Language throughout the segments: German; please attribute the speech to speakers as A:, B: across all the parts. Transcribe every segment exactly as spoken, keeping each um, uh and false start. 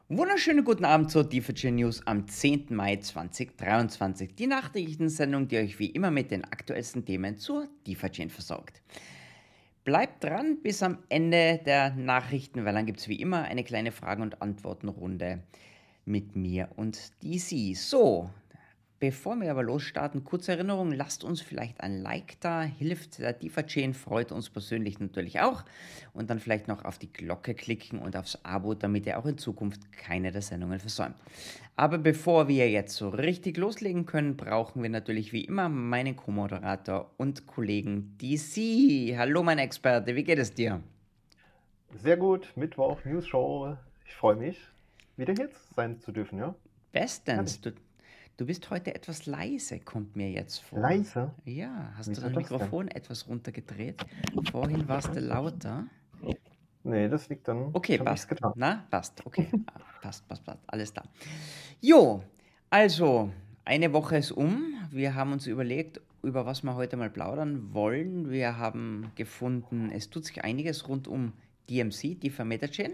A: Wunderschönen guten Abend zur DeFi News am zehnten Mai zweitausenddreiundzwanzig. Die Nachrichtensendung, die euch wie immer mit den aktuellsten Themen zur DeFi versorgt. Bleibt dran bis am Ende der Nachrichten, weil dann gibt es wie immer eine kleine Fragen- und Antwortenrunde mit mir und D C. So, bevor wir aber losstarten, kurze Erinnerung, lasst uns vielleicht ein Like da, hilft der DeFi-Chain, freut uns persönlich natürlich auch. Und dann vielleicht noch auf die Glocke klicken und aufs Abo, damit ihr auch in Zukunft keine der Sendungen versäumt. Aber bevor wir jetzt so richtig loslegen können, brauchen wir natürlich wie immer meinen Co-Moderator und Kollegen D C. Hallo mein Experte, wie geht es dir?
B: Sehr gut, Mittwoch, News Show. Ich freue mich, wieder hier sein zu dürfen, ja?
A: Bestens,
B: Herrlich.
A: du, du bist heute etwas leise, kommt mir jetzt vor.
B: Leise?
A: Ja, hast du
B: Wieso
A: dein
B: das denn?
A: Mikrofon etwas runtergedreht? Vorhin warst du lauter.
B: Nee, das liegt dann,
A: Okay,
B: habe ich es
A: passt.
B: getan.
A: Na, passt. Okay, ah, passt, passt, passt. Alles da. Jo, also, eine Woche ist um. Wir haben uns überlegt, über was wir heute mal plaudern wollen. Wir haben gefunden, es tut sich einiges rund um D M C, die Metachain.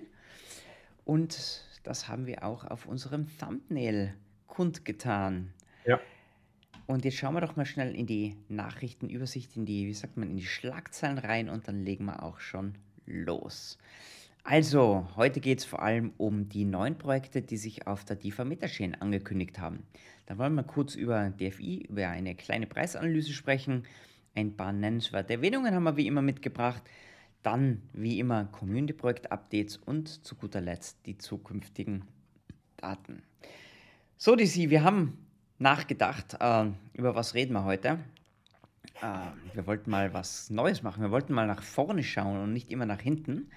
A: Und das haben wir auch auf unserem Thumbnail kundgetan.
B: Ja.
A: Und jetzt schauen wir doch mal schnell in die Nachrichtenübersicht, in die, wie sagt man, in die Schlagzeilen rein und dann legen wir auch schon los. Also, heute geht es vor allem um die neuen Projekte, die sich auf der DeFi Metachain angekündigt haben. Da wollen wir kurz über D F I, über eine kleine Preisanalyse sprechen. Ein paar nennenswerte Erwähnungen haben wir wie immer mitgebracht. Dann, wie immer, Community-Projekt-Updates und zu guter Letzt die zukünftigen Daten. So, D C, wir haben nachgedacht, äh, über was reden wir heute. Äh, wir wollten mal was Neues machen. Wir wollten mal nach vorne schauen und nicht immer nach hinten.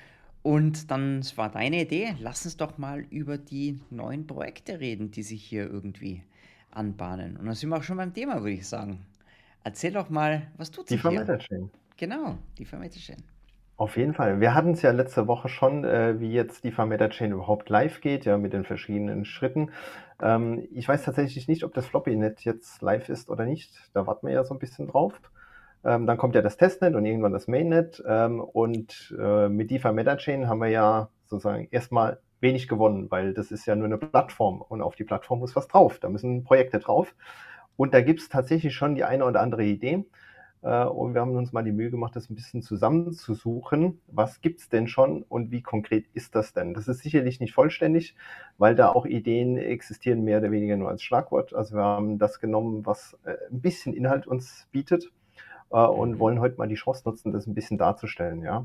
A: Und dann es war deine Idee, lass uns doch mal über die neuen Projekte reden, die sich hier irgendwie anbahnen. Und dann sind wir auch schon beim Thema, würde ich sagen. Erzähl doch mal, was tut
B: Die
A: sich hier?
B: Metachain.
A: Genau, die Vermieterstellen.
B: Auf jeden Fall. Wir hatten es ja letzte Woche schon, äh, wie jetzt die Metachain überhaupt live geht, ja, mit den verschiedenen Schritten. Ähm, ich weiß tatsächlich nicht, ob das Floppy-Net jetzt live ist oder nicht. Da warten wir ja so ein bisschen drauf. Ähm, dann kommt ja das Testnet und irgendwann das Mainnet. Ähm, und äh, mit DeFi Metachain haben wir ja sozusagen erstmal wenig gewonnen, weil das ist ja nur eine Plattform und auf die Plattform muss was drauf. Da müssen Projekte drauf. Und da gibt es tatsächlich schon die eine oder andere Idee. Äh, und wir haben uns mal die Mühe gemacht, das ein bisschen zusammenzusuchen. Was gibt's denn schon und wie konkret ist das denn? Das ist sicherlich nicht vollständig, weil da auch Ideen existieren, mehr oder weniger nur als Schlagwort. Also wir haben das genommen, was äh, ein bisschen Inhalt uns bietet äh, und
A: Mhm.
B: wollen heute mal die Chance nutzen, das ein bisschen darzustellen, ja.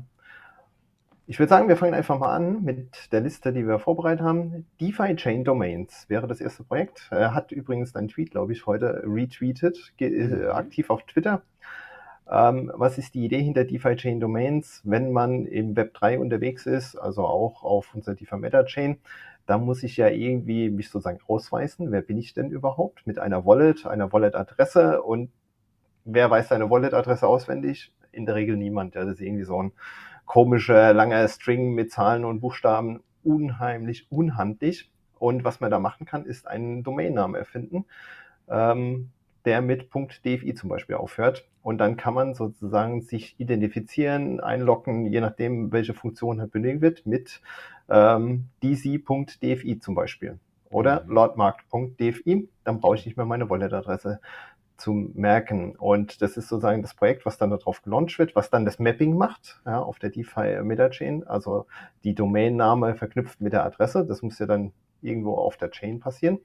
B: Ich würde sagen, wir fangen einfach mal an mit der Liste, die wir vorbereitet haben. DeFi Chain Domains wäre das erste Projekt. Er hat übrigens deinen Tweet, glaube ich, heute retweetet, äh,
A: Mhm.
B: aktiv auf Twitter. Ähm, was ist die Idee hinter DeFi Chain Domains? Wenn man im Web drei unterwegs ist, also auch auf unserer DeFi Meta Chain, da muss ich ja irgendwie mich sozusagen ausweisen. Wer bin ich denn überhaupt? Mit einer Wallet, einer Wallet-Adresse, und wer weiß seine Wallet-Adresse auswendig? In der Regel niemand. Ja, das ist irgendwie so ein komischer, langer String mit Zahlen und Buchstaben, unheimlich unhandlich. Und was man da machen kann, ist einen Domainnamen erfinden, ähm, der mit .dfi zum Beispiel aufhört. Und dann kann man sozusagen sich identifizieren, einloggen, je nachdem, welche Funktion halt benötigt wird, mit ähm, dc.dfi zum Beispiel. Oder
A: Mhm.
B: lordmarkt.dfi, dann brauche ich nicht mehr meine Wallet-Adresse zu merken. Und das ist sozusagen das Projekt, was dann darauf gelauncht wird, was dann das Mapping macht, ja, auf der DeFi Metachain, also die Domainname verknüpft mit der Adresse. Das muss ja dann irgendwo auf der Chain passieren.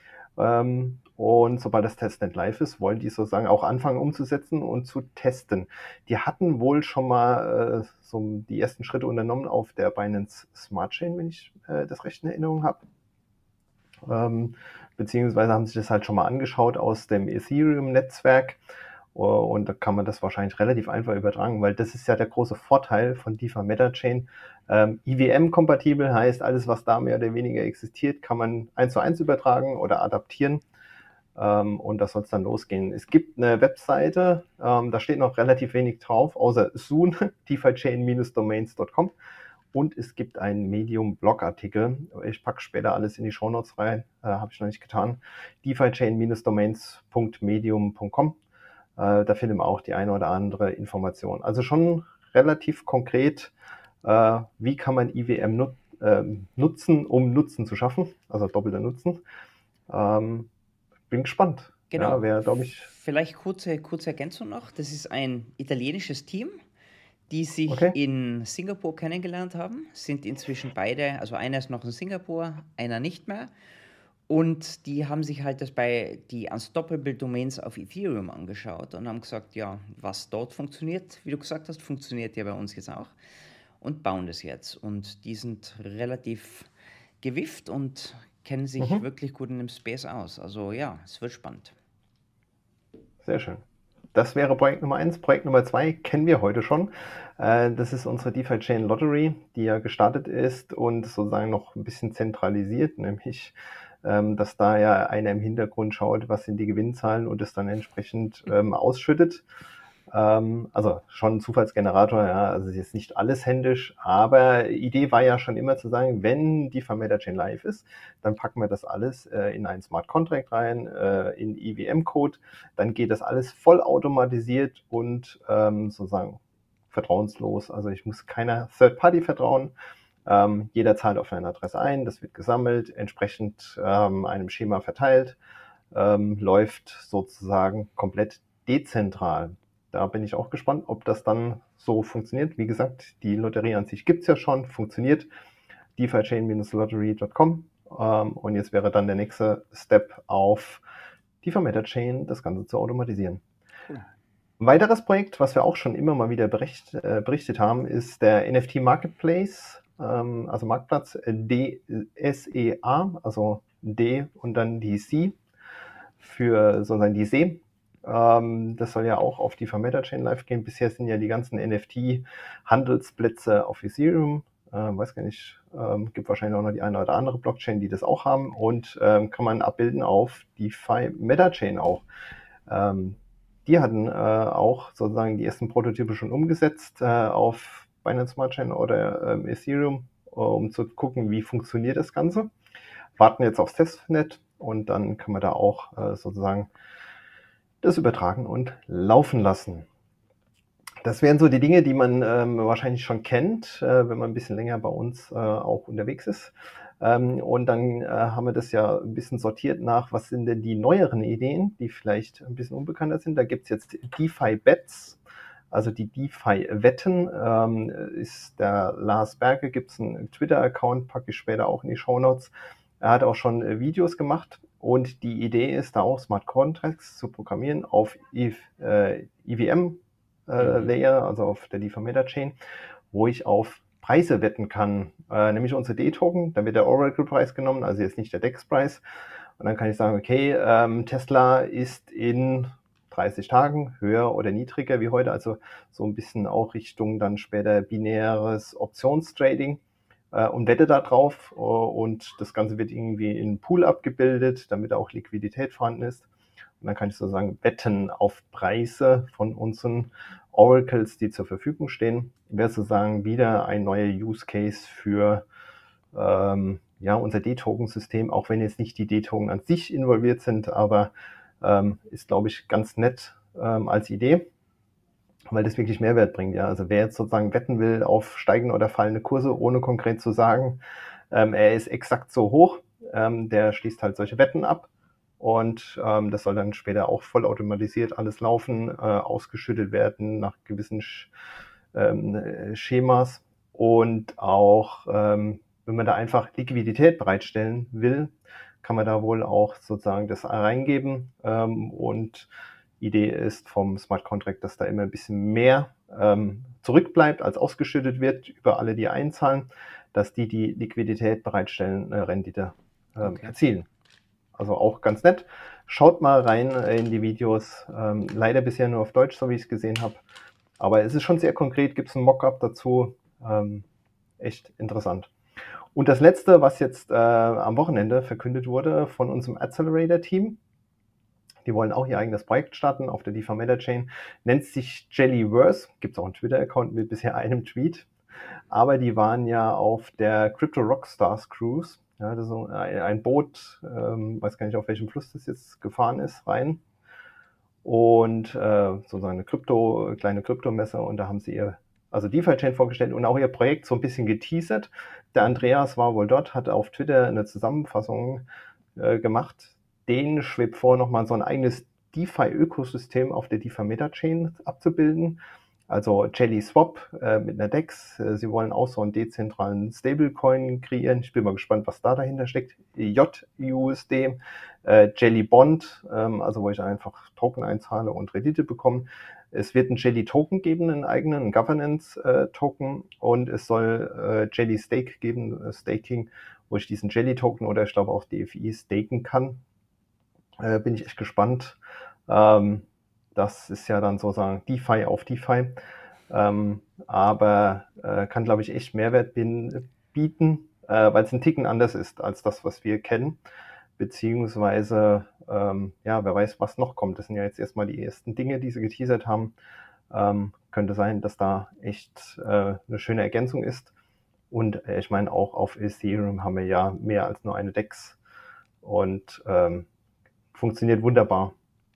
B: Ähm, und sobald das Testnet live ist, wollen die sozusagen auch anfangen umzusetzen und zu testen. Die hatten wohl schon mal äh, so die ersten Schritte unternommen auf der Binance Smart Chain, wenn ich äh, das recht in Erinnerung habe. Ähm, beziehungsweise haben sich das halt schon mal angeschaut aus dem Ethereum-Netzwerk. Und da kann man das wahrscheinlich relativ einfach übertragen, weil das ist ja der große Vorteil von DeFi Metachain. Ähm, I W M-kompatibel heißt, alles, was da mehr oder weniger existiert, kann man eins zu eins übertragen oder adaptieren. Ähm, und das soll es dann losgehen. Es gibt eine Webseite, ähm, da steht noch relativ wenig drauf, außer soon, defi chain domains punkt com. Und es gibt einen Medium-Blog-Artikel. Ich packe später alles in die Shownotes rein, äh, habe ich noch nicht getan. defi chain domains punkt medium punkt com. Äh, da findet man auch die eine oder andere Information. Also schon relativ konkret, äh, wie kann man I W M nut ähm, nutzen, um Nutzen zu schaffen, also doppelter Nutzen. Ähm, bin gespannt. Ja,
A: Genau.
B: wäre, glaube ich,
A: Vielleicht kurze, kurze Ergänzung noch. Das ist ein italienisches Team, die sich
B: okay.
A: in Singapur kennengelernt haben, sind inzwischen beide, also einer ist noch in Singapur, einer nicht mehr. Und die haben sich halt das bei die Unstoppable Domains auf Ethereum angeschaut und haben gesagt, ja, was dort funktioniert, wie du gesagt hast, funktioniert ja bei uns jetzt auch und bauen das jetzt. Und die sind relativ gewifft und kennen sich
B: Mhm.
A: wirklich gut in dem Space aus. Also ja, es wird spannend.
B: Sehr schön. Das wäre Projekt Nummer eins. Projekt Nummer zwei kennen wir heute schon. Äh, das ist unsere DeFi Chain Lottery, die ja gestartet ist und sozusagen noch ein bisschen zentralisiert, nämlich, ähm, dass da ja einer im Hintergrund schaut, was sind die Gewinnzahlen und es dann entsprechend ähm, ausschüttet. Ähm, also schon ein Zufallsgenerator, ja, also ist jetzt nicht alles händisch, aber Idee war ja schon immer zu sagen, wenn die Metachain live ist, dann packen wir das alles äh, in einen Smart Contract rein, äh, in E V M-Code, dann geht das alles vollautomatisiert und ähm, sozusagen vertrauenslos. Also ich muss keiner Third Party vertrauen. Ähm, jeder zahlt auf eine Adresse ein, das wird gesammelt, entsprechend ähm, einem Schema verteilt, ähm, läuft sozusagen komplett dezentral. Da bin ich auch gespannt, ob das dann so funktioniert. Wie gesagt, die Lotterie an sich gibt es ja schon, funktioniert. DeFi Chain Lottery Punkt com. Ähm, und jetzt wäre dann der nächste Step auf DeFi Metachain, das Ganze zu automatisieren.
A: Cool.
B: Ein weiteres Projekt, was wir auch schon immer mal wieder bericht, äh, berichtet haben, ist der N F T Marketplace, ähm, also Marktplatz äh, D S E A, also D und dann die C für sozusagen die See. Ähm, das soll ja auch auf die Metachain live gehen. Bisher sind ja die ganzen N F T-Handelsplätze auf Ethereum. Ähm, weiß gar nicht, ähm, gibt wahrscheinlich auch noch die eine oder andere Blockchain, die das auch haben und ähm, kann man abbilden auf DeFi Metachain auch. Ähm, die hatten äh, auch sozusagen die ersten Prototype schon umgesetzt äh, auf Binance Smart Chain oder ähm, Ethereum, um zu gucken, wie funktioniert das Ganze. Warten jetzt aufs Testnet und dann kann man da auch äh, sozusagen das übertragen und laufen lassen. Das wären so die Dinge, die man ähm, wahrscheinlich schon kennt, äh, wenn man ein bisschen länger bei uns äh, auch unterwegs ist. Ähm, und dann äh, haben wir das ja ein bisschen sortiert nach, was sind denn die neueren Ideen, die vielleicht ein bisschen unbekannter sind. Da gibt es jetzt DeFi-Bets, also die DeFi-Wetten. Ähm, ist der Lars Berge, gibt es einen Twitter-Account, packe ich später auch in die Shownotes. Er hat auch schon äh, Videos gemacht und die Idee ist, da auch Smart Contracts zu programmieren auf E V M äh,
A: Mhm.
B: Layer, also auf der DeFi Metachain, wo ich auf Preise wetten kann, äh, nämlich unsere D-Token, dann wird der Oracle-Preis genommen, also jetzt nicht der DEX-Preis. Und dann kann ich sagen, okay, ähm, Tesla ist in dreißig Tagen höher oder niedriger wie heute, also so ein bisschen auch Richtung dann später binäres Optionstrading äh, und wette da drauf äh, und das Ganze wird irgendwie in einen Pool abgebildet, damit auch Liquidität vorhanden ist. Und dann kann ich sozusagen wetten auf Preise von unseren Oracles, die zur Verfügung stehen. Wäre sozusagen wieder ein neuer Use Case für ähm, ja, unser D-Token-System, auch wenn jetzt nicht die D-Token an sich involviert sind, aber ähm, ist, glaube ich, ganz nett ähm, als Idee, weil das wirklich Mehrwert bringt. Ja. Also wer jetzt sozusagen wetten will auf steigende oder fallende Kurse, ohne konkret zu sagen, ähm, er ist exakt so hoch, ähm, der schließt halt solche Wetten ab. Und ähm, das soll dann später auch vollautomatisiert alles laufen, äh, ausgeschüttet werden nach gewissen Sch ähm, Schemas. Und auch, ähm, wenn man da einfach Liquidität bereitstellen will, kann man da wohl auch sozusagen das reingeben. Ähm, und Idee ist vom Smart Contract, dass da immer ein bisschen mehr ähm, zurückbleibt, als ausgeschüttet wird über alle, die einzahlen, dass die die Liquidität bereitstellen, äh, Rendite ähm,
A: Okay.
B: erzielen. Also auch ganz nett. Schaut mal rein in die Videos. Ähm, leider bisher nur auf Deutsch, so wie ich es gesehen habe. Aber es ist schon sehr konkret, gibt es ein Mockup dazu. Ähm, echt interessant. Und das letzte, was jetzt äh, am Wochenende verkündet wurde von unserem Accelerator-Team, die wollen auch ihr eigenes Projekt starten auf der DeFi Metachain, nennt sich Jellyverse. Gibt es auch einen Twitter-Account mit bisher einem Tweet. Aber die waren ja auf der Crypto Rockstars Cruise. Ja, das ist so ein Boot, ähm, weiß gar nicht, auf welchem Fluss das jetzt gefahren ist, rein. Und äh, sozusagen eine Krypto, kleine Kryptomesse und da haben sie ihr also DeFi-Chain vorgestellt und auch ihr Projekt so ein bisschen geteasert. Der Andreas war wohl dort, hat auf Twitter eine Zusammenfassung äh, gemacht. Denen schwebt vor, nochmal so ein eigenes DeFi-Ökosystem auf der DeFi-Meta-Chain abzubilden. Also Jelly Swap äh, mit einer D E X. Äh, sie wollen auch so einen dezentralen Stablecoin kreieren. Ich bin mal gespannt, was da dahinter steckt. J U S D, äh, Jelly Bond, ähm, also wo ich einfach Token einzahle und Rendite bekomme. Es wird einen Jelly Token geben, einen eigenen, einen Governance äh, Token, und es soll äh, Jelly Stake geben, äh, Staking, wo ich diesen Jelly Token oder ich glaube auch D F I staken kann. Äh, bin ich echt gespannt. Ähm, das ist ja dann sozusagen DeFi auf DeFi, ähm, aber äh, kann, glaube ich, echt Mehrwert bin, bieten, äh, weil es ein Ticken anders ist als das, was wir kennen, beziehungsweise, ähm, ja, wer weiß, was noch kommt. Das sind ja jetzt erstmal die ersten Dinge, die sie geteasert haben. Ähm, könnte sein, dass da echt äh, eine schöne Ergänzung ist. Und äh, ich meine, auch auf Ethereum haben wir ja mehr als nur eine D E X und ähm, funktioniert wunderbar.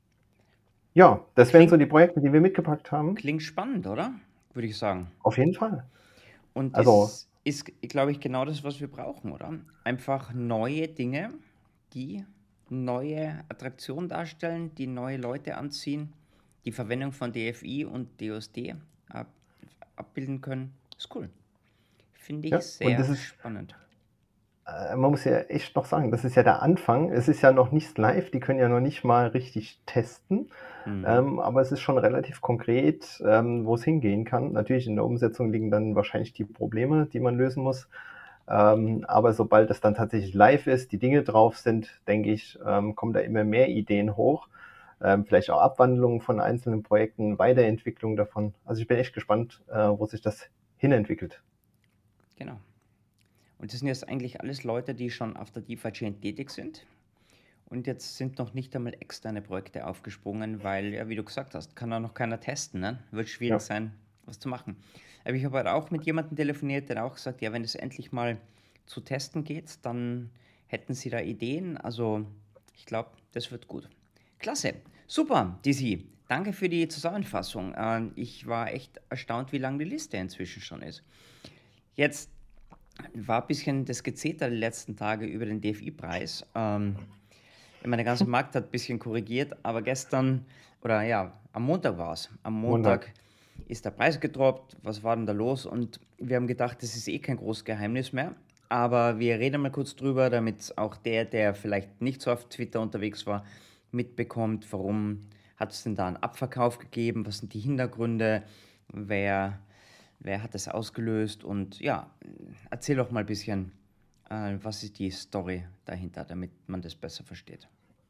B: Ja, das wären so
A: Klingt,
B: die Projekte, die wir mitgepackt haben.
A: klingt spannend, oder? Würde ich sagen.
B: Auf jeden Fall.
A: Und
B: Also,
A: das ist, glaube ich, genau das, was wir brauchen, oder? Einfach neue Dinge, die neue Attraktionen darstellen, die neue Leute anziehen, die Verwendung von D F I und D U S D ab, abbilden können. Ist cool. Finde ich
B: ja, und
A: sehr
B: das ist,
A: spannend.
B: äh, man muss ja echt noch sagen, das ist ja der Anfang. Es ist ja noch nicht live, die können ja noch nicht mal richtig testen.
A: Mhm.
B: Ähm, aber es ist schon relativ konkret, ähm, wo es hingehen kann. Natürlich in der Umsetzung liegen dann wahrscheinlich die Probleme, die man lösen muss. Ähm, aber sobald es dann tatsächlich live ist, die Dinge drauf sind, denke ich, ähm, kommen da immer mehr Ideen hoch. Ähm, vielleicht auch Abwandlungen von einzelnen Projekten, Weiterentwicklung davon. Also ich bin echt gespannt, äh, wo sich das hinentwickelt.
A: Genau. Und das sind jetzt eigentlich alles Leute, die schon auf der DeFi-Chain tätig sind. Und jetzt sind noch nicht einmal externe Projekte aufgesprungen, weil, ja, wie du gesagt hast, kann auch noch keiner testen. Ne? Wird schwierig
B: Ja.
A: sein, was zu machen. Aber ich habe halt auch mit jemandem telefoniert, der auch sagt, ja, wenn es endlich mal zu testen geht, dann hätten sie da Ideen. Also ich glaube, das wird gut. Klasse. Super, Dizzy. Danke für die Zusammenfassung. Äh, Ich war echt erstaunt, wie lang die Liste inzwischen schon ist. Jetzt war ein bisschen das Gezeter die letzten Tage über den D F I-Preis. Ähm, ich meine, der ganze Markt hat ein bisschen korrigiert, aber gestern, oder ja, am Montag war es. Am
B: Montag.
A: Montag ist der Preis gedroppt. Was war denn da los? Und wir haben gedacht, das ist eh kein großes Geheimnis mehr. Aber wir reden mal kurz drüber, damit auch der, der vielleicht nicht so auf Twitter unterwegs war, mitbekommt, warum hat es denn da einen Abverkauf gegeben? Was sind die Hintergründe? Wer, wer hat das ausgelöst? Und ja, erzähl doch mal ein bisschen, äh, was ist die Story dahinter, damit man das besser versteht.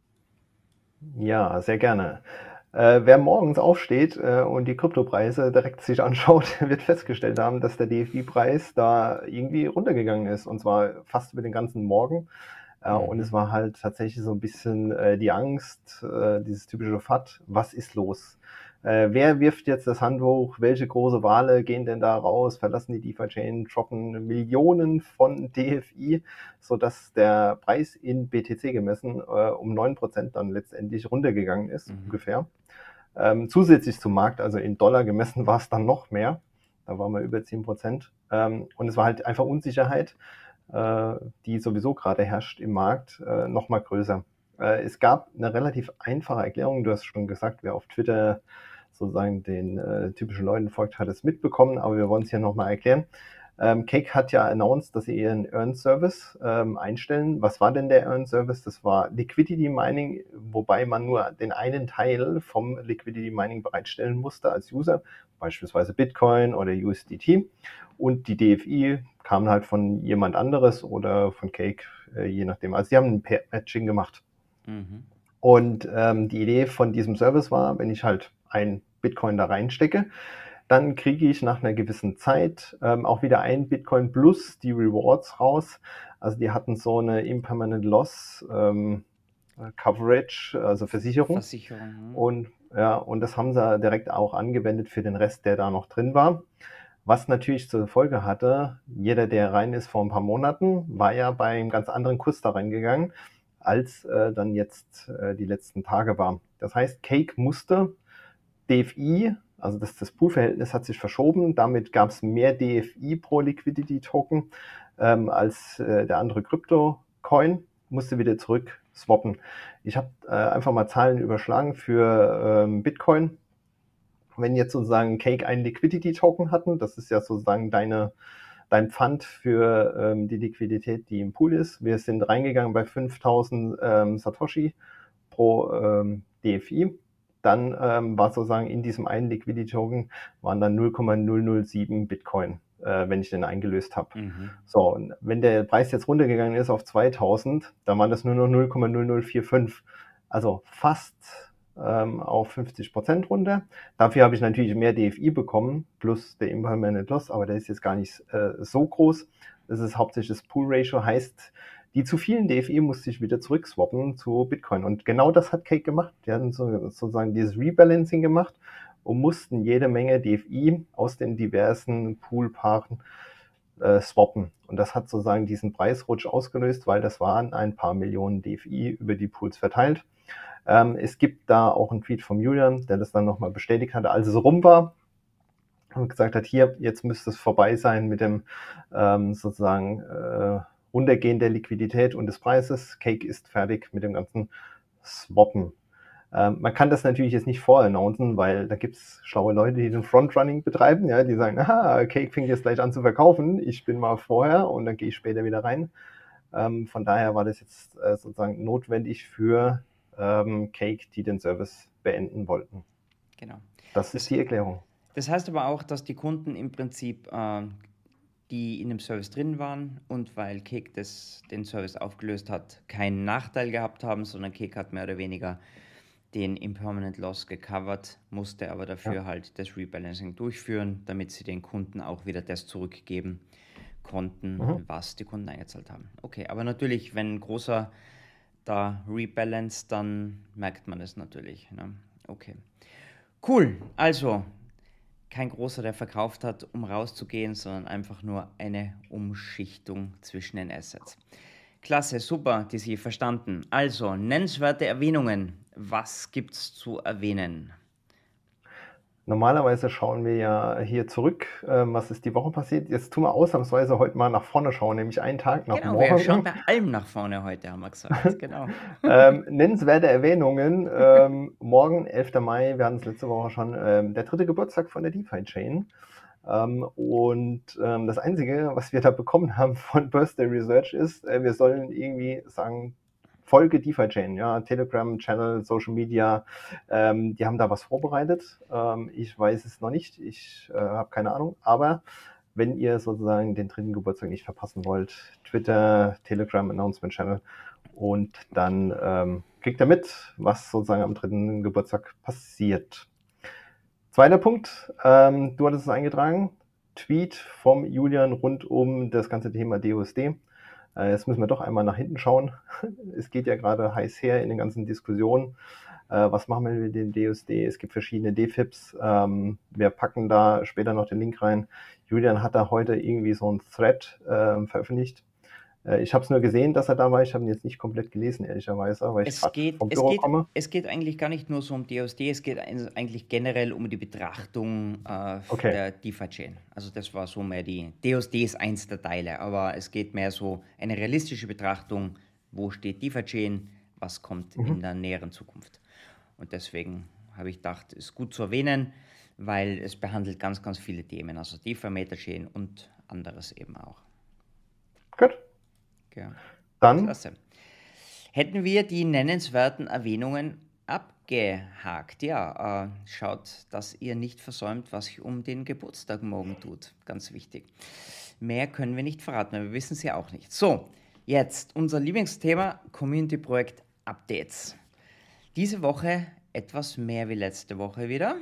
B: Ja, sehr gerne. Äh, wer morgens aufsteht äh, und die Kryptopreise direkt sich anschaut, wird festgestellt haben, dass der D F I-Preis da irgendwie runtergegangen ist, und zwar fast über den ganzen Morgen. Äh, und es
A: Mhm.
B: war halt tatsächlich so ein bisschen äh, die Angst, äh, dieses typische F A T, was ist los? Äh, wer wirft jetzt das Handtuch? Welche große Wale gehen denn da raus? Verlassen die DeFi-Chain, droppen Millionen von D F I, sodass der Preis in B T C gemessen äh, um neun Prozent dann letztendlich runtergegangen ist,
A: Mhm.
B: ungefähr. Ähm, zusätzlich zum Markt, also in Dollar gemessen, war es dann noch mehr. Da waren wir über zehn Prozent. Ähm, und es war halt einfach Unsicherheit, äh, die sowieso gerade herrscht im Markt, äh, noch mal größer. Äh, es gab eine relativ einfache Erklärung. Du hast schon gesagt, wer auf Twitter sozusagen den äh, typischen Leuten folgt, hat es mitbekommen, aber wir wollen es hier nochmal erklären. Ähm, Cake hat ja announced, dass sie ihren Earn-Service ähm, einstellen. Was war denn der Earn-Service? Das war Liquidity Mining, wobei man nur den einen Teil vom Liquidity Mining bereitstellen musste als User, beispielsweise Bitcoin oder U S D T. Und die D F I kamen halt von jemand anderes oder von Cake, äh, je nachdem. Also sie haben ein Pair-Matching gemacht.
A: Mhm.
B: Und ähm, die Idee von diesem Service war, wenn ich halt ein Bitcoin da reinstecke, dann kriege ich nach einer gewissen Zeit ähm, auch wieder ein Bitcoin plus die Rewards raus. Also die hatten so eine Impermanent Loss ähm, Coverage, also Versicherung.
A: Versicherung. Hm.
B: Und ja, und das haben sie direkt auch angewendet für den Rest, der da noch drin war. Was natürlich zur Folge hatte, jeder, der rein ist vor ein paar Monaten, war ja bei einem ganz anderen Kurs da reingegangen, als äh, dann jetzt äh, die letzten Tage war. Das heißt, Cake musste D F I Also das, das Pool-Verhältnis hat sich verschoben. Damit gab es mehr D F I pro Liquidity-Token ähm, als äh, der andere Krypto-Coin, musste wieder zurück swappen. Ich habe äh, einfach mal Zahlen überschlagen für ähm, Bitcoin. Wenn jetzt sozusagen Cake einen Liquidity-Token hatten, das ist ja sozusagen deine, dein Pfand für ähm, die Liquidität, die im Pool ist. Wir sind reingegangen bei fünftausend ähm, Satoshi pro ähm, D F I. Dann ähm, war sozusagen in diesem einen Liquidity-Token waren dann null Komma null null sieben Bitcoin, äh, wenn ich den eingelöst habe.
A: Mhm.
B: So, und wenn der Preis jetzt runtergegangen ist auf zweitausend, dann waren das nur noch null Komma null null vier fünf. Also fast ähm, auf fünfzig Prozent runter. Dafür habe ich natürlich mehr D F I bekommen, plus der Impermanent Loss, aber der ist jetzt gar nicht äh, so groß. Das ist hauptsächlich das Pool-Ratio, heißt, die zu vielen D F I musste ich wieder zurückswappen zu Bitcoin. Und genau das hat Cake gemacht. Die hatten so, sozusagen dieses Rebalancing gemacht und mussten jede Menge D F I aus den diversen Poolpaaren äh, swappen. Und das hat sozusagen diesen Preisrutsch ausgelöst, weil das waren ein paar Millionen D F I über die Pools verteilt. Ähm, es gibt da auch einen Tweet vom Julian, der das dann nochmal bestätigt hatte, als es rum war und gesagt hat, hier, jetzt müsste es vorbei sein mit dem ähm, sozusagen äh, Runtergehen der Liquidität und des Preises. Cake ist fertig mit dem ganzen Swappen. Ähm, man kann das natürlich jetzt nicht vorannouncen, weil da gibt es schlaue Leute, die den Frontrunning betreiben, ja, die sagen, aha, Cake fängt jetzt gleich an zu verkaufen, ich bin mal vorher und dann gehe ich später wieder rein. Ähm, von daher war das jetzt äh, sozusagen notwendig für ähm, Cake, die den Service beenden wollten.
A: Genau.
B: Das ist die Erklärung.
A: Das heißt aber auch, dass die Kunden im Prinzip, äh, die in dem Service drin waren und weil Cake das, den Service aufgelöst hat, keinen Nachteil gehabt haben, sondern Cake hat mehr oder weniger den Impermanent Loss gecovert, musste aber dafür ja. halt das Rebalancing durchführen, damit sie den Kunden auch wieder das zurückgeben konnten, mhm. was die Kunden eingezahlt haben. Okay, aber natürlich, wenn ein großer da rebalance, dann merkt man es natürlich. Ne? Okay, cool. Also kein großer, der verkauft hat, um rauszugehen, sondern einfach nur eine Umschichtung zwischen den Assets. Klasse, super, die Sie verstanden. Also, nennenswerte Erwähnungen. Was gibt's zu erwähnen?
B: Normalerweise schauen wir ja hier zurück, ähm, was ist die Woche passiert. Jetzt tun wir ausnahmsweise heute mal nach vorne schauen, nämlich einen Tag nach
A: genau,
B: morgen.
A: Genau, wir schauen bei allem nach vorne heute, haben wir gesagt. Genau.
B: ähm, nennenswerte Erwähnungen. Ähm, morgen, elfter Mai, wir hatten es letzte Woche schon, ähm, der dritte Geburtstag von der DeFi-Chain. Ähm, und ähm, das Einzige, was wir da bekommen haben von Birthday Research ist, äh, wir sollen irgendwie sagen, Folge DeFi-Chain, ja, Telegram, Channel, Social Media, ähm, die haben da was vorbereitet. Ähm, ich weiß es noch nicht, ich äh, habe keine Ahnung, aber wenn ihr sozusagen den dritten Geburtstag nicht verpassen wollt, Twitter, Telegram, Announcement Channel und dann ähm, kriegt ihr mit, was sozusagen am dritten Geburtstag passiert. Zweiter Punkt, ähm, du hattest es eingetragen, Tweet vom Julian rund um das ganze Thema D U S D. Äh, jetzt müssen wir doch einmal nach hinten schauen. Es geht ja gerade heiß her in den ganzen Diskussionen. Äh, was machen wir mit dem D U S D? Es gibt verschiedene D F I Ps. Ähm, wir packen da später noch den Link rein. Julian hat da heute irgendwie so einen Thread äh, veröffentlicht. Ich habe es nur gesehen, dass er da war. Ich habe ihn jetzt nicht komplett gelesen, ehrlicherweise, weil ich gerade vom Büro
A: es geht,
B: komme.
A: Es geht eigentlich gar nicht nur so um D U S D, es geht eigentlich generell um die Betrachtung äh,
B: Okay.
A: der DeFi-Chain. Also das war so mehr die, D U S D ist eins der Teile, aber es geht mehr so eine realistische Betrachtung, wo steht DeFi-Chain, was kommt
B: Mhm.
A: in der näheren Zukunft. Und deswegen habe ich gedacht, ist gut zu erwähnen, weil es behandelt ganz, ganz viele Themen, also DeFi, Metachain und anderes eben auch.
B: Gut.
A: Ja.
B: Dann
A: Klasse. Hätten wir die nennenswerten Erwähnungen abgehakt. Ja, äh, schaut, dass ihr nicht versäumt, was sich um den Geburtstag morgen tut. Ganz wichtig. Mehr können wir nicht verraten, wir wissen es ja auch nicht. So, jetzt unser Lieblingsthema, Community-Projekt Updates. Diese Woche etwas mehr wie letzte Woche wieder.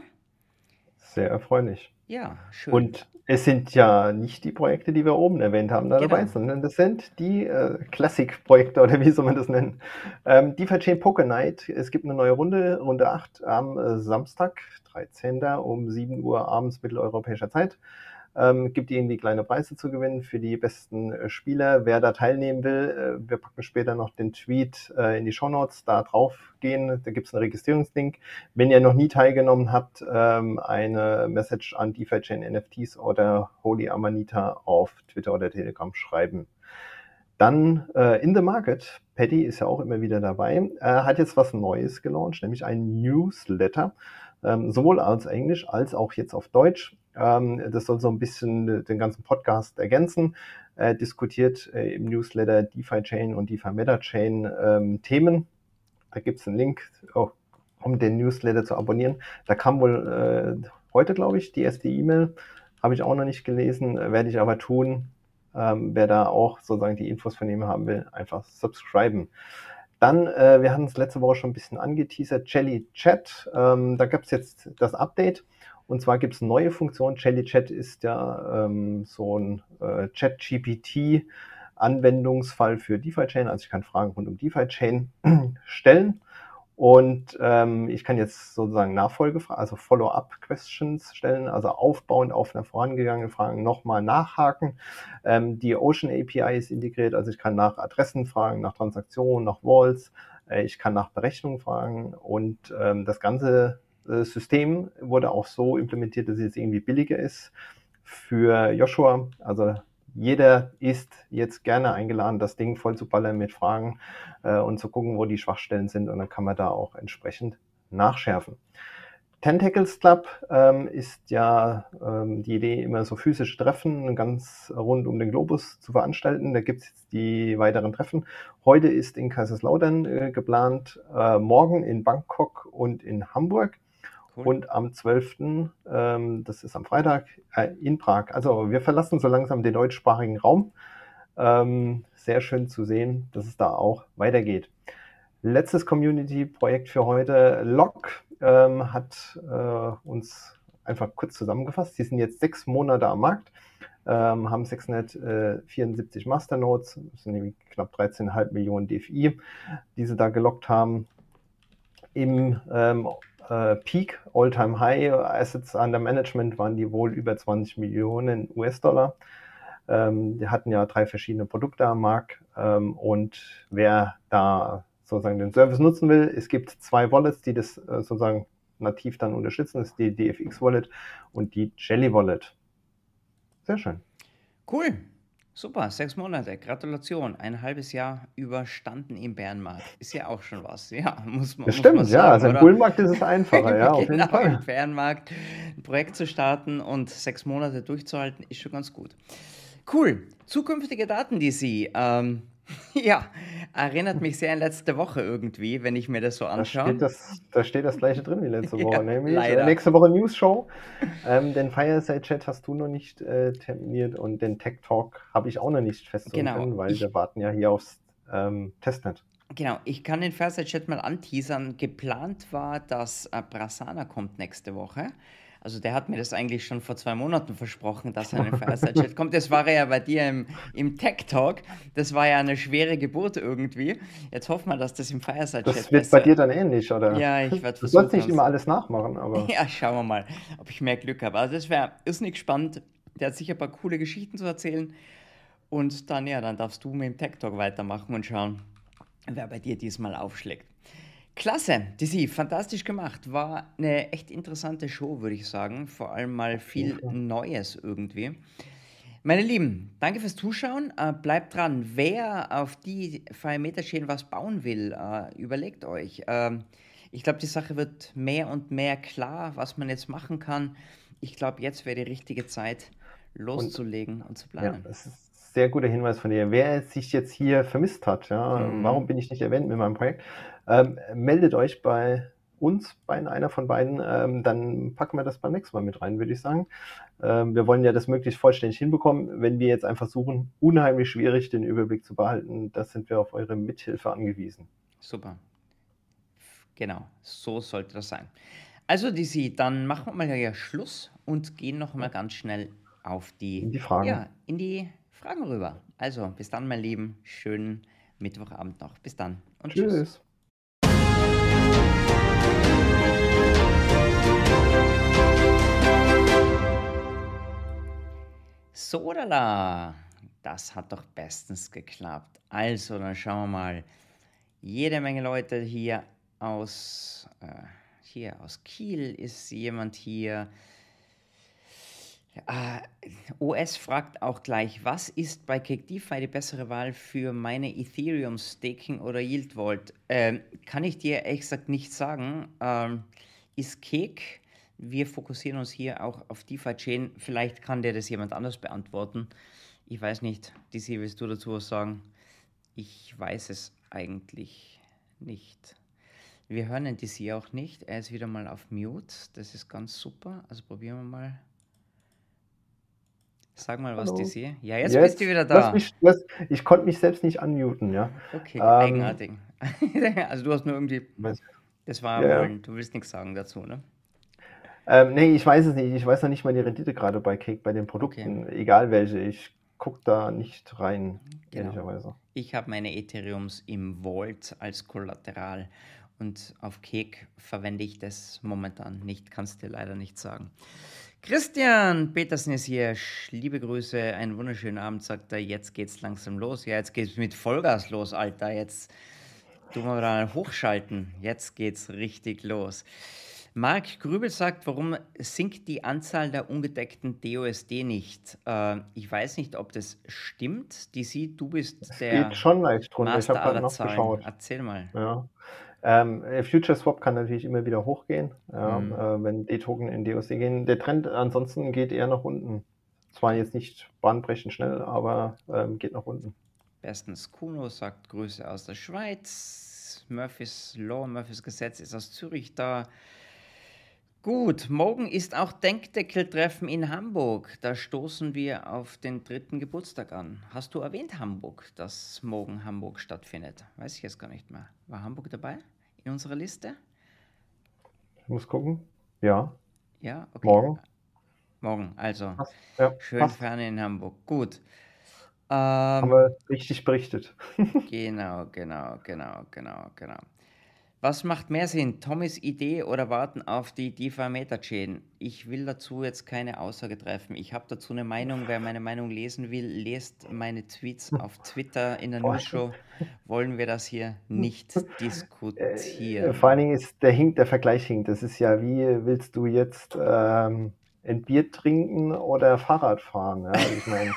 B: Sehr erfreulich.
A: Ja, schön.
B: Und es sind ja nicht die Projekte, die wir oben erwähnt haben, da
A: Genau.
B: dabei, sondern das sind die äh, Classic-Projekte oder wie soll man das nennen? Ähm, DeFi-Chain Poker Night. Es gibt eine neue Runde, Runde acht am äh, Samstag, dreizehnten um sieben Uhr abends mitteleuropäischer Zeit. Ähm, gibt irgendwie kleine Preise zu gewinnen für die besten äh, Spieler. Wer da teilnehmen will, äh, wir packen später noch den Tweet äh, in die Shownotes, da drauf gehen. Da gibt es einen Registrierungslink. Wenn ihr noch nie teilgenommen habt, ähm, eine Message an DeFi-Chain N F Ts oder Holy Amanita auf Twitter oder Telegram schreiben. Dann äh, In the Market, Paddy ist ja auch immer wieder dabei, äh, hat jetzt was Neues gelauncht, nämlich ein Newsletter, ähm, sowohl als Englisch als auch jetzt auf Deutsch. Ähm, das soll so ein bisschen den ganzen Podcast ergänzen. Äh, diskutiert äh, im Newsletter DeFi-Chain und DeFi-Meta-Chain ähm, Themen. Da gibt es einen Link, oh, um den Newsletter zu abonnieren. Da kam wohl äh, heute, glaube ich, die erste E-Mail. Habe ich auch noch nicht gelesen, äh, werde ich aber tun. Ähm, wer da auch sozusagen die Infos von ihm haben will, einfach subscriben. Dann, äh, wir hatten es letzte Woche schon ein bisschen angeteasert, Jelly Chat. Ähm, da gab es jetzt das Update. Und zwar gibt es eine neue Funktion. Jelly Chat ist ja ähm, so ein äh, Chat-G P T-Anwendungsfall für DeFi-Chain. Also ich kann Fragen rund um DeFi-Chain stellen. Und ähm, ich kann jetzt sozusagen Nachfolgefragen, also Follow-up-Questions stellen, also aufbauend auf einer vorangegangenen Frage nochmal nachhaken. Ähm, die Ocean A P I ist integriert, also ich kann nach Adressen fragen, nach Transaktionen, nach Vaults, äh, ich kann nach Berechnungen fragen und ähm, das ganze äh, System wurde auch so implementiert, dass es jetzt irgendwie billiger ist für Joshua, also jeder ist jetzt gerne eingeladen, das Ding voll zu ballern mit Fragen äh, und zu gucken, wo die Schwachstellen sind. Und dann kann man da auch entsprechend nachschärfen. Tentacles Club ähm, ist ja ähm, die Idee, immer so physische Treffen ganz rund um den Globus zu veranstalten. Da gibt es jetzt die weiteren Treffen. Heute ist in Kaiserslautern äh, geplant, äh, morgen in Bangkok und in Hamburg. Cool. Und am zwölften, Ähm, das ist am Freitag, äh, in Prag. Also wir verlassen so langsam den deutschsprachigen Raum. Ähm, sehr schön zu sehen, dass es da auch weitergeht. Letztes Community-Projekt für heute. Lock ähm, hat äh, uns einfach kurz zusammengefasst. Die sind jetzt sechs Monate am Markt, ähm, haben sechshundertvierundsiebzig Masternodes, das sind nämlich knapp dreizehn Komma fünf Millionen D F I, die sie da gelockt haben. Im ähm, äh, Peak, All-Time High Assets under Management waren die wohl über zwanzig Millionen U S-Dollar. Ähm, die hatten ja drei verschiedene Produkte am Markt ähm, und wer da sozusagen den Service nutzen will, es gibt zwei Wallets, die das äh, sozusagen nativ dann unterstützen. Das ist die D F X Wallet und die Jelly Wallet. Sehr schön.
A: Cool. Super, sechs Monate, Gratulation, ein halbes Jahr überstanden im Bärenmarkt. Ist ja auch schon was, ja, muss man,
B: Das
A: muss
B: stimmt,
A: man
B: ja,
A: sagen,
B: also im
A: oder?
B: Bullenmarkt ist es einfacher, ja, auf jeden
A: Genau,
B: Fall.
A: im Bärenmarkt ein Projekt zu starten und sechs Monate durchzuhalten, ist schon ganz gut. Cool, zukünftige Daten, die Sie, ähm, ja, erinnert mich sehr an letzte Woche irgendwie, wenn ich mir das so
B: Da
A: anschaue.
B: steht das, da steht das gleiche drin wie letzte Woche,
A: Ja,
B: nämlich äh,
A: leider.
B: nächste Woche News Show. Ähm, den Fireside Chat hast du noch nicht äh, terminiert und den Tech Talk habe ich auch noch nicht feststellen
A: Genau,
B: können, weil
A: ich,
B: wir warten ja hier aufs ähm, Testnet.
A: genau, ich kann den Fireside Chat mal anteasern. Geplant war, dass äh, Brasana kommt nächste Woche. Also der hat mir das eigentlich schon vor zwei Monaten versprochen, dass er in den Fireside Chat kommt. Das war er ja bei dir im, im Tech Talk. Das war ja eine schwere Geburt irgendwie. Jetzt hoffen wir, dass das im Fireside Chat
B: Das wird
A: besser...
B: bei dir dann ähnlich, oder?
A: Ja, ich werde
B: Du
A: versuchen.
B: sollst nicht immer alles nachmachen, aber
A: Ja, schauen wir mal, ob ich mehr Glück habe. Also das wäre irrsinnig spannend. Der hat sicher ein paar coole Geschichten zu erzählen. Und dann, ja, dann darfst du mit dem Tech Talk weitermachen und schauen, wer bei dir diesmal aufschlägt. Klasse, Dizzy, fantastisch gemacht. War eine echt interessante Show, würde ich sagen. Vor allem mal viel Neues irgendwie. Meine Lieben, danke fürs Zuschauen. Äh, bleibt dran. Wer auf die DeFi-Meta-Chain was bauen will, äh, überlegt euch. Ähm, ich glaube, die Sache wird mehr und mehr klar, was man jetzt machen kann. Ich glaube, jetzt wäre die richtige Zeit, loszulegen und, und zu planen.
B: Ja, das ist ein sehr guter Hinweis von dir. Wer sich jetzt hier vermisst hat, ja, mhm. warum bin ich nicht erwähnt mit meinem Projekt, ähm, meldet euch bei uns, bei einer von beiden, ähm, dann packen wir das beim nächsten Mal mit rein, würde ich sagen. Ähm, wir wollen ja das möglichst vollständig hinbekommen. Wenn wir jetzt einfach suchen, unheimlich schwierig, den Überblick zu behalten. Das sind wir auf eure Mithilfe angewiesen.
A: Super. Genau, so sollte das sein. Also, Dizzy, dann machen wir mal ja Schluss und gehen noch mal ganz schnell auf die,
B: in die Fragen.
A: Ja, in die Fragen rüber. Also, bis dann, mein Lieben. Schönen Mittwochabend noch. Bis dann und tschüss. tschüss. Sodala, das hat doch bestens geklappt. Also, dann schauen wir mal. Jede Menge Leute hier aus, äh, hier aus Kiel ist jemand hier. Äh, O S fragt auch gleich, was ist bei Cake DeFi die bessere Wahl für meine Ethereum Staking oder Yield Vault? Ähm, kann ich dir ehrlich gesagt nicht sagen. Ähm, ist Cake, wir fokussieren uns hier auch auf DeFi Chain. Vielleicht kann dir das jemand anders beantworten. Ich weiß nicht. D C, willst du dazu was sagen? Ich weiß es eigentlich nicht. Wir hören den D C auch nicht. Er ist wieder mal auf Mute. Das ist ganz super. Also probieren wir mal. Sag mal was,
B: Hallo.
A: D C. Ja, jetzt,
B: Jetzt,
A: bist du wieder
B: lass
A: da.
B: mich, lass, ich konnte mich selbst nicht unmuten, ja.
A: Okay,
B: Ähm,
A: eigenartig. Also du hast nur irgendwie,
B: weiß-
A: das war
B: Ja, ja.
A: wohl, du willst nichts sagen dazu, ne?
B: Ähm, nee, ich weiß es nicht. Ich weiß noch nicht mal die Rendite gerade bei Cake, bei den Produkten, egal welche. Ich gucke da nicht rein,
A: Genau.
B: ehrlicherweise.
A: Ich habe meine Ethereums im Vault als Kollateral und auf Cake verwende ich das momentan nicht, kannst dir leider nicht sagen. Christian Petersen ist hier, Sch- liebe Grüße, einen wunderschönen Abend, sagt er, jetzt geht's langsam los. Ja, jetzt geht's mit Vollgas los, Alter, jetzt tun wir mal hochschalten, jetzt geht's richtig los. Marc Grübel sagt, warum sinkt die Anzahl der ungedeckten D O S D nicht? Äh, ich weiß nicht, ob das stimmt. D C, du bist
B: Es
A: der
B: geht schon leicht runter. Ich
A: Master
B: habe gerade
A: aller
B: noch
A: Zahlen.
B: geschaut.
A: Erzähl mal.
B: Ja. Ähm, äh, Future Swap kann natürlich immer wieder hochgehen, ja,
A: Mhm.
B: äh, wenn D-Token in D O S D gehen. Der Trend ansonsten geht eher nach unten. Zwar jetzt nicht bahnbrechend schnell, aber ähm, geht nach unten.
A: Bestens Kuno sagt Grüße aus der Schweiz. Murphys Law, Murphys Gesetz ist aus Zürich da. Gut, morgen ist auch Denkdeckeltreffen in Hamburg. Da stoßen wir auf den dritten Geburtstag an. Hast du erwähnt Hamburg, dass morgen Hamburg stattfindet? Weiß ich jetzt gar nicht mehr. War Hamburg dabei in unserer Liste?
B: Ich muss gucken. Ja,
A: Ja, okay.
B: morgen.
A: Morgen, also
B: Passt. Ja,
A: schön
B: passt.
A: ferne in Hamburg. Gut.
B: Haben
A: Ähm,
B: wir richtig berichtet.
A: genau, genau, genau, genau, genau. Was macht mehr Sinn, Tommys Idee oder warten auf die DeFi Meta-Chain? Ich will dazu jetzt keine Aussage treffen. Ich habe dazu eine Meinung. Wer meine Meinung lesen will, lest meine Tweets auf Twitter in der
B: Boah.
A: News-Show. Wollen wir das hier nicht
B: Äh,
A: diskutieren.
B: vor allen Dingen ist der Hink, der Vergleich hinkt. Das ist ja, wie willst du jetzt ähm, ein Bier trinken oder Fahrrad fahren? Ja, also ich meine.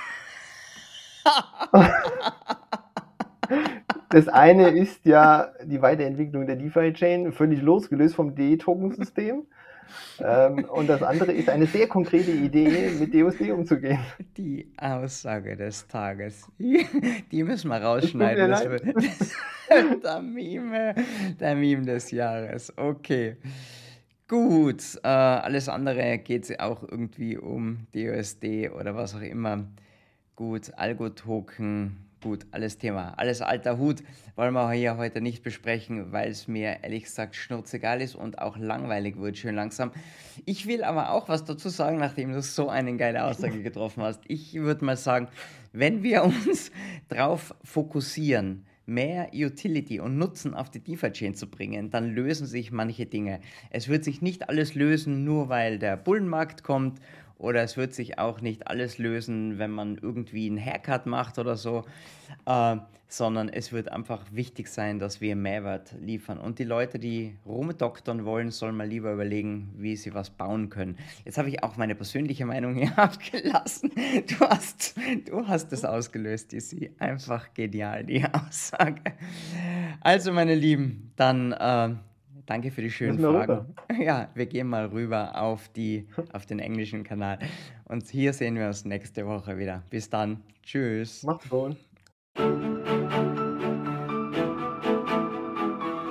B: Das eine ist ja die Weiterentwicklung der DeFi-Chain, völlig losgelöst vom D-Token-System. ähm, und das andere ist eine sehr konkrete Idee, mit D O S D umzugehen.
A: Die Aussage des Tages. Die müssen wir rausschneiden. Das wird, das wird der, Meme, der Meme des Jahres. Okay. Gut. Äh, alles andere geht es auch irgendwie um D O S D oder was auch immer. Gut, Algo-Token, gut, alles Thema. Alles alter Hut wollen wir hier heute nicht besprechen, weil es mir ehrlich gesagt schnurzegal ist und auch langweilig wird, schön langsam. Ich will aber auch was dazu sagen, nachdem du so eine geile Aussage getroffen hast. Ich würde mal sagen, wenn wir uns darauf fokussieren, mehr Utility und Nutzen auf die DeFi-Chain zu bringen, dann lösen sich manche Dinge. Es wird sich nicht alles lösen, nur weil der Bullenmarkt kommt, oder es wird sich auch nicht alles lösen, wenn man irgendwie einen Haircut macht oder so, äh, sondern es wird einfach wichtig sein, dass wir Mehrwert liefern. Und die Leute, die rumdoktern wollen, sollen mal lieber überlegen, wie sie was bauen können. Jetzt habe ich auch meine persönliche Meinung hier abgelassen. Du hast, du hast es ausgelöst, Isi. Einfach genial, die Aussage. Also, meine Lieben, dann äh, danke für die schönen
B: Müssen wir
A: Fragen.
B: rüber.
A: Ja, wir gehen mal rüber auf, die, auf den englischen Kanal. Und hier sehen wir uns nächste Woche wieder. Bis dann. Tschüss.
B: Macht's gut.